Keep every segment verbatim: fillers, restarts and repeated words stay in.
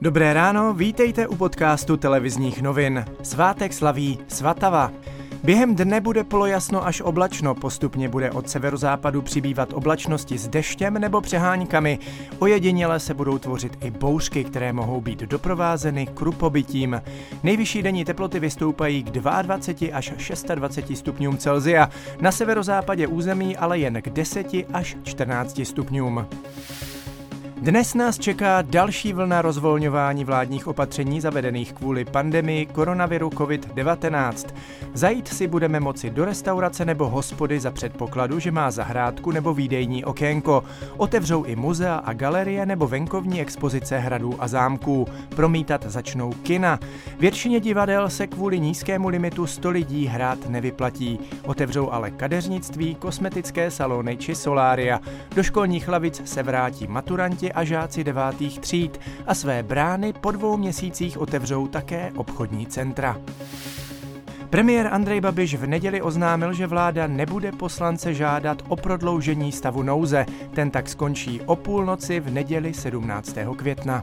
Dobré ráno, vítejte u podcastu televizních novin. Svátek slaví Svatava. Během dne bude polojasno až oblačno, postupně bude od severozápadu přibývat oblačnosti s deštěm nebo přeháňkami. Ojediněle se budou tvořit i bouřky, které mohou být doprovázeny krupobytím. Nejvyšší denní teploty vystoupají k dvaceti dvěma až dvaceti šesti stupňům Celsia, na severozápadě území ale jen k deseti až čtrnácti stupňům. Dnes nás čeká další vlna rozvolňování vládních opatření zavedených kvůli pandemii koronaviru covid devatenáct. Zajít si budeme moci do restaurace nebo hospody za předpokladu, že má zahrádku nebo výdejní okénko. Otevřou i muzea a galerie nebo venkovní expozice hradů a zámků. Promítat začnou kina. Většině divadel se kvůli nízkému limitu sto lidí hrát nevyplatí. Otevřou ale kadeřnictví, kosmetické salony či solária. Do školních lavic se vrátí maturanti a žáci devátých tříd a své brány po dvou měsících otevřou také obchodní centra. Premiér Andrej Babiš v neděli oznámil, že vláda nebude poslance žádat o prodloužení stavu nouze. Ten tak skončí o půlnoci v neděli sedmnáctého května.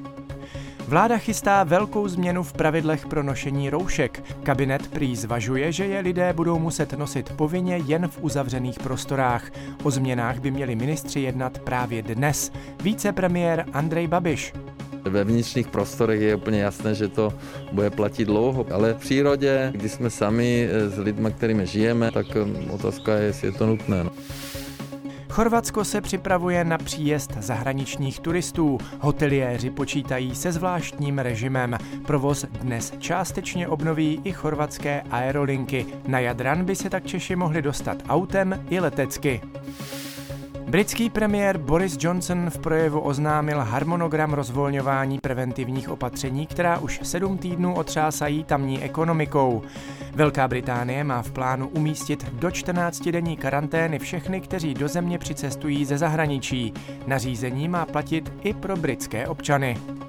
Vláda chystá velkou změnu v pravidlech pro nošení roušek. Kabinet prý zvažuje, že je lidé budou muset nosit povinně jen v uzavřených prostorách. O změnách by měli ministři jednat právě dnes. Vicepremiér Andrej Babiš. Ve vnitřních prostorech je úplně jasné, že to bude platit dlouho, ale v přírodě, když jsme sami s lidmi, kterými žijeme, tak otázka je, jestli je to nutné. Chorvatsko se připravuje na příjezd zahraničních turistů. Hoteliéři počítají se zvláštním režimem. Provoz dnes částečně obnoví i chorvatské aerolinky. Na Jadran by se tak Češi mohli dostat autem i letecky. Britský premiér Boris Johnson v projevu oznámil harmonogram rozvolňování preventivních opatření, která už sedm týdnů otřásají tamní ekonomikou. Velká Británie má v plánu umístit do čtrnáctidenní karantény všechny, kteří do země přicestují ze zahraničí. Nařízení má platit i pro britské občany.